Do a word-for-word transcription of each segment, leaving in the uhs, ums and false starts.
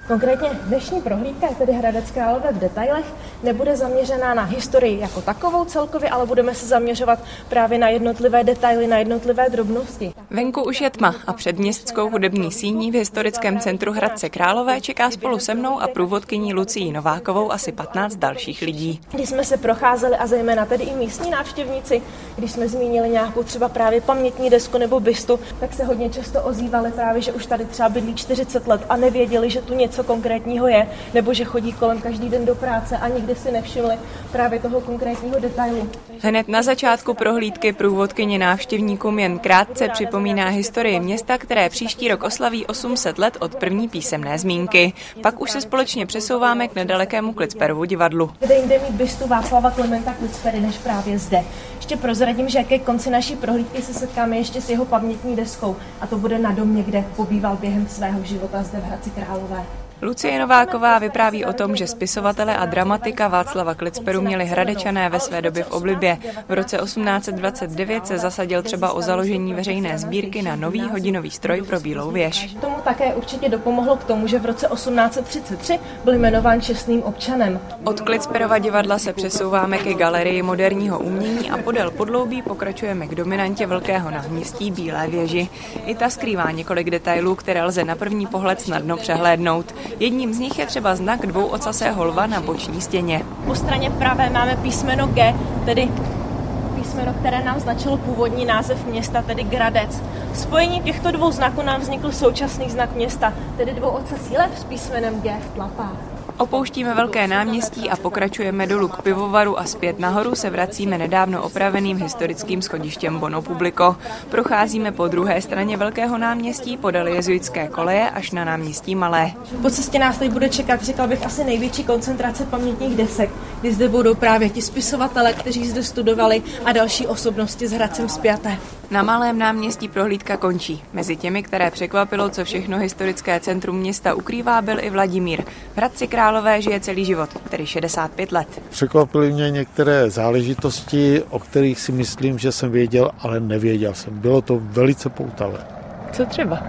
Konkrétně dnešní prohlídka, tedy Hradec Králové v detailech, nebude zaměřená na historii jako takovou celkově, ale budeme se zaměřovat právě na jednotlivé detaily, na jednotlivé drobnosti. Venku už je tma a před městskou hudební síní v historickém centru Hradce Králové čeká spolu se mnou a průvodkyní Lucií Novákovou asi patnáct dalších lidí. Když jsme se procházeli a zejména tedy i místní návštěvníci, když jsme zmínili nějakou třeba právě pamětní desku nebo bystu, tak se hodně často ozývali právě, že už tady třeba bydlí čtyřicet let a nevěděli, že tu něco konkrétního je, nebo že chodí kolem každý den do práce a nikdy si nevšimli právě toho konkrétního detailu. Hned na začátku prohlídky průvodkyně návštěvníkům jen krátce připomíná historii města, které příští rok oslaví osm set let od první písemné zmínky. Pak už se společně přesouváme k nedalekému Klitsperovu divadlu. Kde jinde mít bystu Václava Klementa Klitspery než právě zde. Ještě prozradím, že ke konci naší prohlídky se setkáme ještě s jeho pamětní deskou a to bude na domě, kde pobýval během svého života zde v Hradci Králové. Lucie Nováková vypráví o tom, že spisovatele a dramatika Václava Klitsperu měli Hradečané ve své době v oblibě. V roce osmnáct set dvacet devět se zasadil třeba o založení veřejné sbírky na nový hodinový stroj pro Bílou věž. Tomu také určitě dopomohlo k tomu, že v roce osmnáct set třicet tři byl jmenován čestným občanem. Od Klitsperova divadla se přesouváme ke galerii moderního umění a podél podloubí pokračujeme k dominantě Velkého náměstí Bílé věži. I ta skrývá několik detailů, které lze na první pohled snadno přehlédnout. Jedním z nich je třeba znak dvouocasého lva na boční stěně. Po straně pravé máme písmeno G, tedy písmeno, které nám značilo původní název města, tedy Gradec. Spojením těchto dvou znaků nám vznikl současný znak města, tedy dvouocasý lev s písmenem G v tlapách. Opouštíme Velké náměstí a pokračujeme dolů k pivovaru a zpět nahoru se vracíme nedávno opraveným historickým schodištěm Bono Publico. Procházíme po druhé straně Velkého náměstí podél jezuitské koleje až na náměstí Malé. Po cestě nás teď bude čekat, řekla bych, asi největší koncentrace pamětních desek, kdy zde budou právě ti spisovatele, kteří zde studovali a další osobnosti s Hradcem spjaté. Na Malém náměstí prohlídka končí. Mezi těmi, které překvapilo, co všechno historické centrum města ukrývá, byl i Vladimír. V Hradci Králové žije celý život, tedy šedesát pět let. Překvapily mě některé záležitosti, o kterých si myslím, že jsem věděl, ale nevěděl jsem. Bylo to velice poutavé. Co třeba?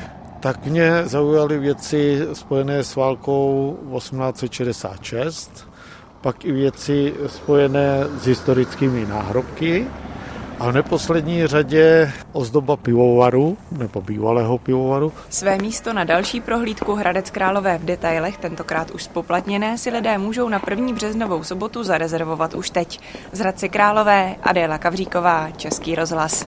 Tak mě zaujaly věci spojené s válkou osmnáct set šedesát šest, pak i věci spojené s historickými náhrobky, a v neposlední řadě ozdoba pivovaru, nebo bývalého pivovaru. Své místo na další prohlídku Hradec Králové v detailech, tentokrát už spoplatněné, si lidé můžou na první březnovou sobotu zarezervovat už teď. Z Hradce Králové Adéla Kavříková, Český rozhlas.